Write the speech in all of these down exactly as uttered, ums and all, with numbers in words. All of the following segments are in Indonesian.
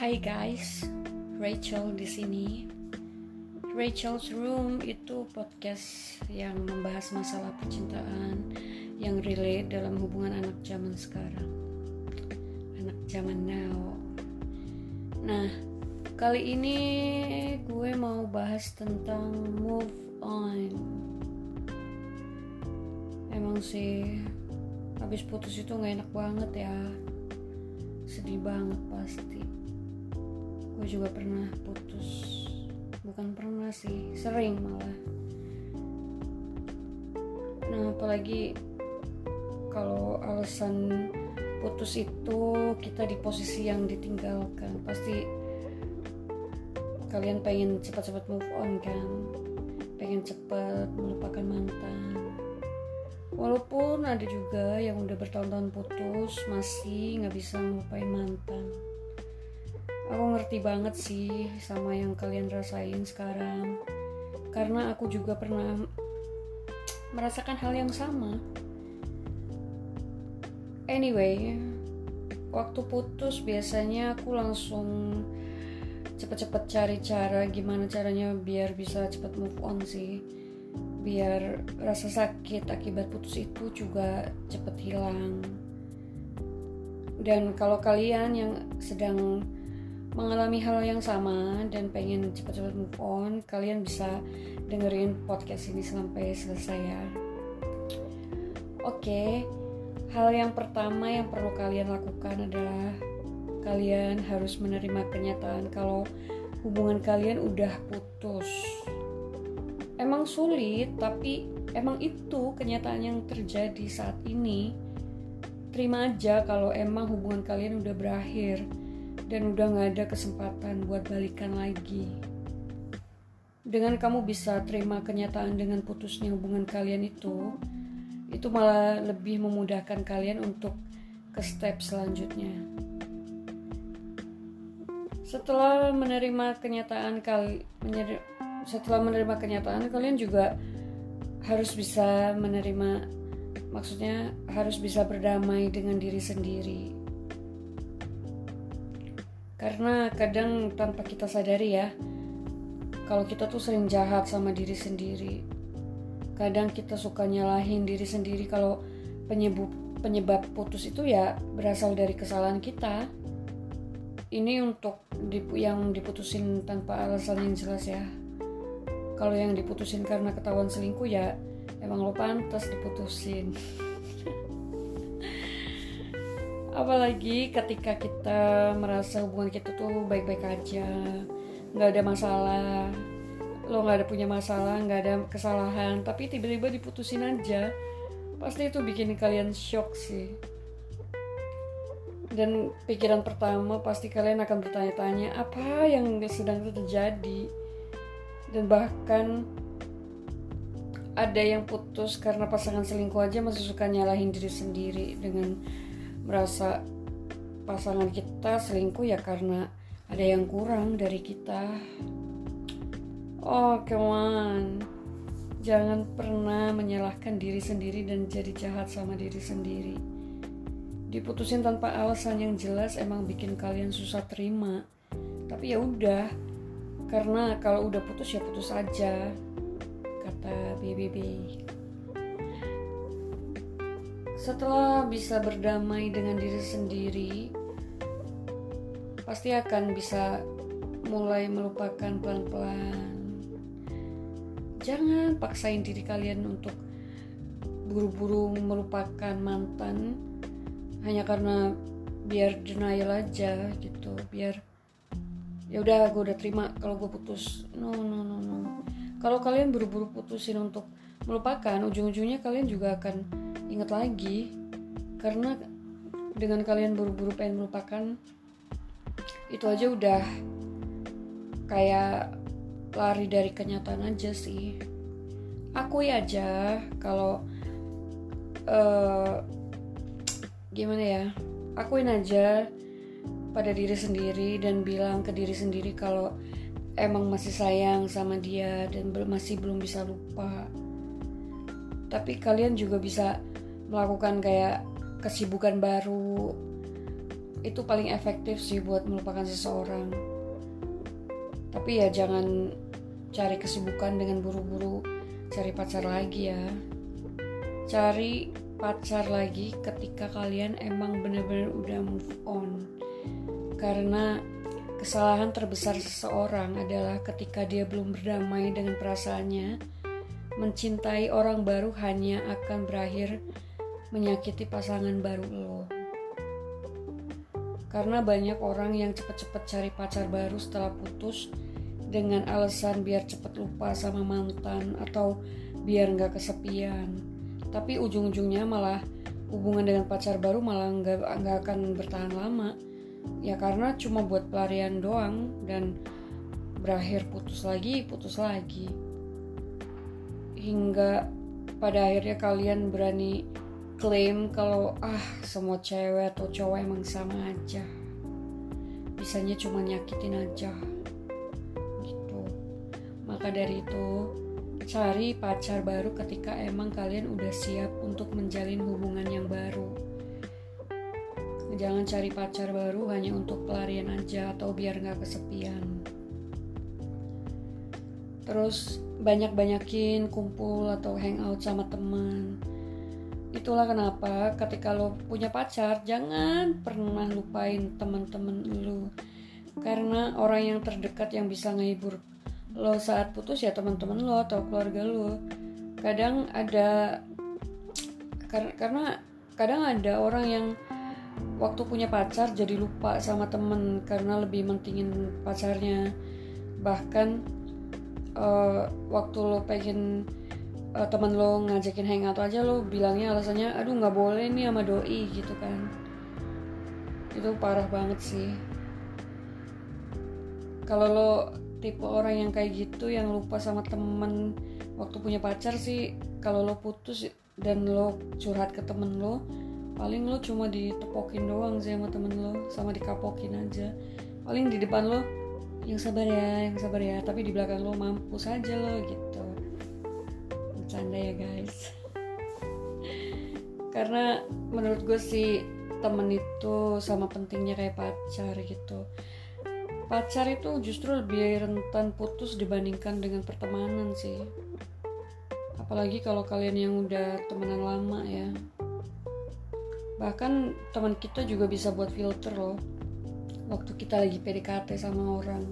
Hai guys, Rachel di sini. Rachel's Room itu podcast yang membahas masalah percintaan yang relate dalam hubungan anak zaman sekarang, anak zaman now. Nah, kali ini gue mau bahas tentang move on. Emang sih, habis putus itu gak enak banget ya, sedih banget pasti. Gue juga pernah putus. Bukan pernah sih, sering malah. Nah, apalagi kalau alasan putus itu kita di posisi yang ditinggalkan, pasti kalian pengen cepat-cepat move on kan, pengen cepat melupakan mantan. Walaupun ada juga yang udah bertahun-tahun putus masih gak bisa ngelupain mantan. Aku ngerti banget sih sama yang kalian rasain sekarang, karena aku juga pernah merasakan hal yang sama. Anyway, waktu putus biasanya aku langsung cepet-cepet cari cara gimana caranya biar bisa cepet move on sih, biar rasa sakit akibat putus itu juga cepet hilang. Dan kalau kalian yang sedang mengalami hal yang sama dan pengen cepat-cepat move on, kalian bisa dengerin podcast ini sampai selesai ya. Oke, hal yang pertama yang perlu kalian lakukan adalah kalian harus menerima kenyataan kalau hubungan kalian udah putus. Emang sulit, tapi emang itu kenyataan yang terjadi saat ini. Terima aja kalau emang hubungan kalian udah berakhir dan udah gak ada kesempatan buat balikan lagi. Dengan kamu bisa terima kenyataan dengan putusnya hubungan kalian itu, itu malah lebih memudahkan kalian untuk ke step selanjutnya. Setelah menerima kenyataan kali, menyer, setelah menerima kenyataan kalian juga harus bisa menerima, maksudnya harus bisa berdamai dengan diri sendiri. Karena kadang tanpa kita sadari ya, kalau kita tuh sering jahat sama diri sendiri. Kadang kita suka nyalahin diri sendiri kalau penyebab, penyebab putus itu ya berasal dari kesalahan kita. Ini untuk dip, yang diputusin tanpa alasan yang jelas ya. Kalau yang diputusin karena ketahuan selingkuh ya emang lo pantas diputusin. Apalagi ketika kita merasa hubungan kita tuh baik-baik aja, gak ada masalah, lo gak ada punya masalah, gak ada kesalahan, tapi tiba-tiba diputusin aja, pasti itu bikin kalian shock sih. Dan pikiran pertama pasti kalian akan bertanya-tanya apa yang sedang terjadi. Dan bahkan ada yang putus karena pasangan selingkuh aja masih suka nyalahin diri sendiri dengan merasa pasangan kita selingkuh ya karena ada yang kurang dari kita. Oh come on, jangan pernah menyalahkan diri sendiri dan jadi jahat sama diri sendiri. Diputusin tanpa alasan yang jelas emang bikin kalian susah terima, tapi ya udah, karena kalau udah putus ya putus aja, kata B B B. Setelah bisa berdamai dengan diri sendiri, pasti akan bisa mulai melupakan pelan-pelan. Jangan paksain diri kalian untuk buru-buru melupakan mantan hanya karena biar denial aja gitu, biar ya udah gue udah terima kalau gue putus. No no no no. Kalau kalian buru-buru putusin untuk melupakan, ujung-ujungnya kalian juga akan ingat lagi, karena dengan kalian buru-buru pengen melupakan itu aja udah kayak lari dari kenyataan aja sih. Akui aja kalau uh, gimana ya, akuin aja pada diri sendiri dan bilang ke diri sendiri kalau emang masih sayang sama dia dan masih belum bisa lupa. Tapi kalian juga bisa melakukan kayak kesibukan baru, itu paling efektif sih buat melupakan seseorang. Tapi ya jangan cari kesibukan dengan buru-buru cari pacar lagi ya. Cari pacar lagi ketika kalian emang benar-benar udah move on. Karena kesalahan terbesar seseorang adalah ketika dia belum berdamai dengan perasaannya. Mencintai orang baru hanya akan berakhir menyakiti pasangan baru lo. Karena banyak orang yang cepet-cepet cari pacar baru setelah putus dengan alasan biar cepet lupa sama mantan atau biar gak kesepian. Tapi ujung-ujungnya malah hubungan dengan pacar baru malah gak, gak akan bertahan lama. Ya karena cuma buat pelarian doang dan berakhir putus lagi, putus lagi. Hingga pada akhirnya kalian berani klaim kalau ah semua cewek atau cowok emang sama aja, bisanya cuma nyakitin aja gitu. Maka dari itu cari pacar baru ketika emang kalian udah siap untuk menjalin hubungan yang baru. Jangan cari pacar baru hanya untuk pelarian aja atau biar gak kesepian. Terus banyak-banyakin kumpul atau hangout sama teman. Itulah kenapa ketika lo punya pacar jangan pernah lupain teman-teman lo. Karena orang yang terdekat yang bisa ngehibur lo saat putus ya teman-teman lo atau keluarga lo. Kadang ada karena kadang ada orang yang waktu punya pacar jadi lupa sama temen karena lebih mentingin pacarnya. Bahkan uh, waktu lo pengen Uh, teman lo ngajakin hangout aja lo bilangnya alasannya aduh nggak boleh nih sama doi gitu kan. Itu parah banget sih. Kalau lo tipe orang yang kayak gitu yang lupa sama temen waktu punya pacar sih, kalau lo putus dan lo curhat ke temen lo, paling lo cuma ditepokin doang sih sama temen lo, sama dikapokin aja. Paling di depan lo yang sabar ya, yang sabar ya, tapi di belakang lo mampus aja lo gitu. Bercanda ya guys. Karena menurut gue sih temen itu sama pentingnya kayak pacar gitu. Pacar itu justru lebih rentan putus dibandingkan dengan pertemanan sih. Apalagi kalau kalian yang udah temenan lama ya. Bahkan teman kita juga bisa buat filter loh waktu kita lagi P D K T sama orang.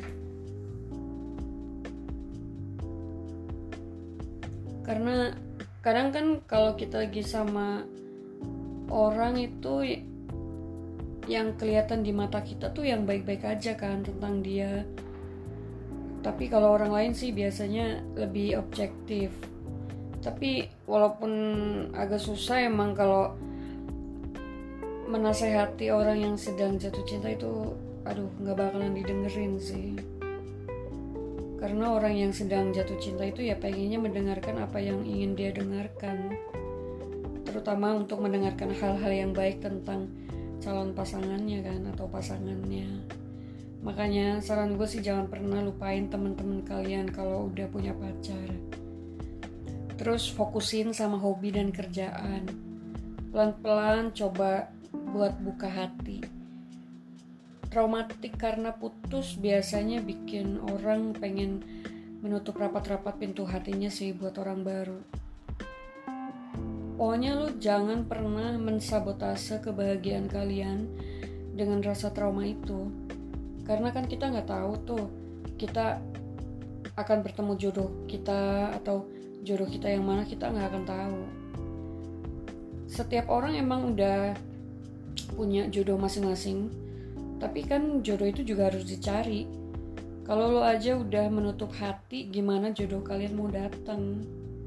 Karena kadang kan kalau kita lagi sama orang itu yang kelihatan di mata kita tuh yang baik-baik aja kan tentang dia. Tapi kalau orang lain sih biasanya lebih objektif. Tapi walaupun agak susah emang kalau menasehati orang yang sedang jatuh cinta itu, aduh gak bakalan didengerin sih. Karena orang yang sedang jatuh cinta itu ya pengennya mendengarkan apa yang ingin dia dengarkan. Terutama untuk mendengarkan hal-hal yang baik tentang calon pasangannya kan, atau pasangannya. Makanya saran gue sih jangan pernah lupain teman-teman kalian kalau udah punya pacar. Terus fokusin sama hobi dan kerjaan. Pelan-pelan coba buat buka hati. Traumatik karena putus biasanya bikin orang pengen menutup rapat-rapat pintu hatinya sih buat orang baru. Pokoknya lu jangan pernah mensabotase kebahagiaan kalian dengan rasa trauma itu. Karena kan kita gak tahu tuh kita akan bertemu jodoh kita atau jodoh kita yang mana, kita gak akan tahu. Setiap orang emang udah punya jodoh masing-masing, tapi kan jodoh itu juga harus dicari. Kalau lo aja udah menutup hati, gimana jodoh kalian mau datang?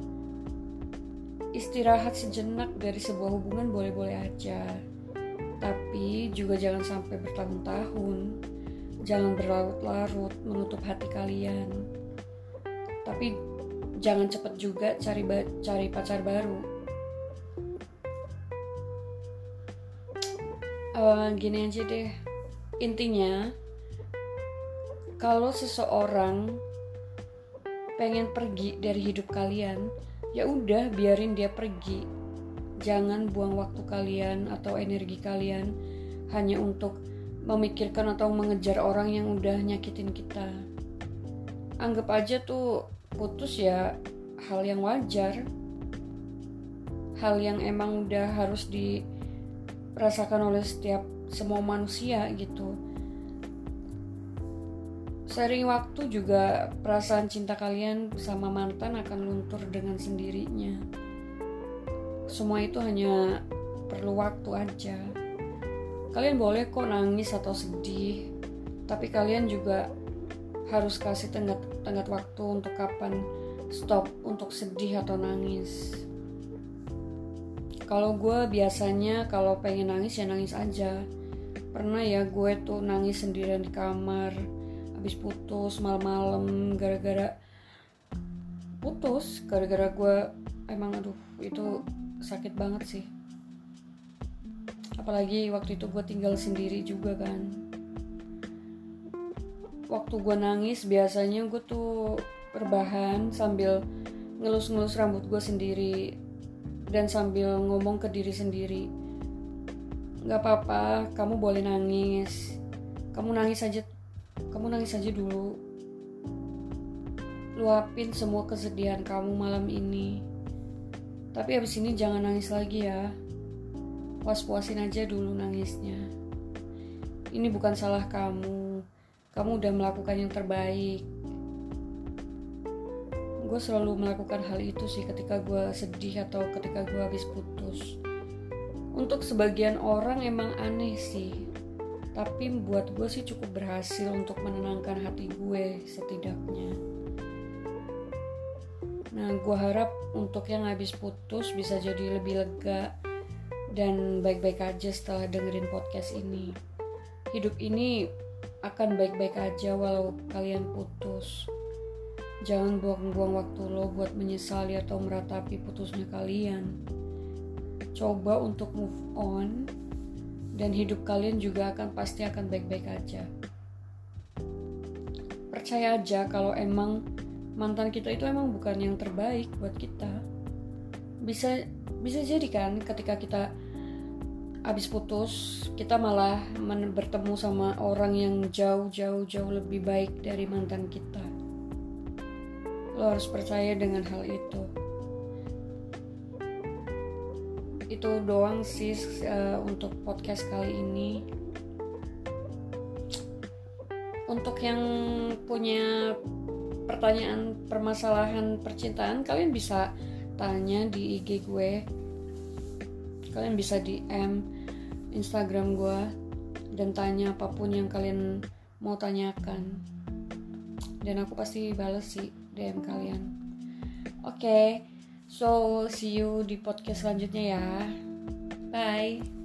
Istirahat sejenak dari sebuah hubungan boleh-boleh aja, tapi juga jangan sampai bertahun-tahun. Jangan berlarut-larut menutup hati kalian. Tapi jangan cepet juga cari ba- cari pacar baru. Uh, gini aja deh. Intinya, kalau seseorang pengen pergi dari hidup kalian, ya udah biarin dia pergi. Jangan buang waktu kalian atau energi kalian hanya untuk memikirkan atau mengejar orang yang udah nyakitin kita. Anggap aja tuh putus ya hal yang wajar, hal yang emang udah harus dirasakan oleh setiap semua manusia gitu. Seiring waktu juga perasaan cinta kalian sama mantan akan luntur dengan sendirinya. Semua itu hanya perlu waktu aja. Kalian boleh kok nangis atau sedih, tapi kalian juga harus kasih tenggat, tenggat waktu untuk kapan stop untuk sedih atau nangis. Kalau gue biasanya kalau pengen nangis ya nangis aja. Pernah ya gue tuh nangis sendirian di kamar habis putus malam-malam gara-gara putus, gara-gara gue emang aduh itu sakit banget sih. Apalagi waktu itu gue tinggal sendiri juga kan. Waktu gue nangis biasanya gue tuh rebahan sambil ngelus-ngelus rambut gue sendiri dan sambil ngomong ke diri sendiri, gak apa-apa, kamu boleh nangis, kamu nangis aja, kamu nangis aja dulu, luapin semua kesedihan kamu malam ini, tapi abis ini jangan nangis lagi ya, puas-puasin aja dulu nangisnya, ini bukan salah kamu, kamu udah melakukan yang terbaik. Gue selalu melakukan hal itu sih ketika gue sedih atau ketika gue habis putus. Untuk sebagian orang emang aneh sih, tapi buat gue sih cukup berhasil untuk menenangkan hati gue setidaknya. Nah, gue harap untuk yang habis putus bisa jadi lebih lega dan baik-baik aja setelah dengerin podcast ini. Hidup ini akan baik-baik aja walau kalian putus. Jangan buang-buang waktu lo buat menyesali atau meratapi putusnya kalian. Coba untuk move on, dan hidup kalian juga akan pasti akan baik-baik aja. Percaya aja kalau emang mantan kita itu emang bukan yang terbaik buat kita. Bisa bisa jadi kan ketika kita habis putus, kita malah men- bertemu sama orang yang jauh-jauh jauh lebih baik dari mantan kita. Lo harus percaya dengan hal itu. Itu doang sih uh, untuk podcast kali ini. Untuk yang punya pertanyaan permasalahan percintaan, kalian bisa tanya di I G gue. Kalian bisa D M Instagram gue dan tanya apapun yang kalian mau tanyakan. Dan aku pasti balas sih D M kalian. Oke, okay, so see you di podcast selanjutnya ya. Bye.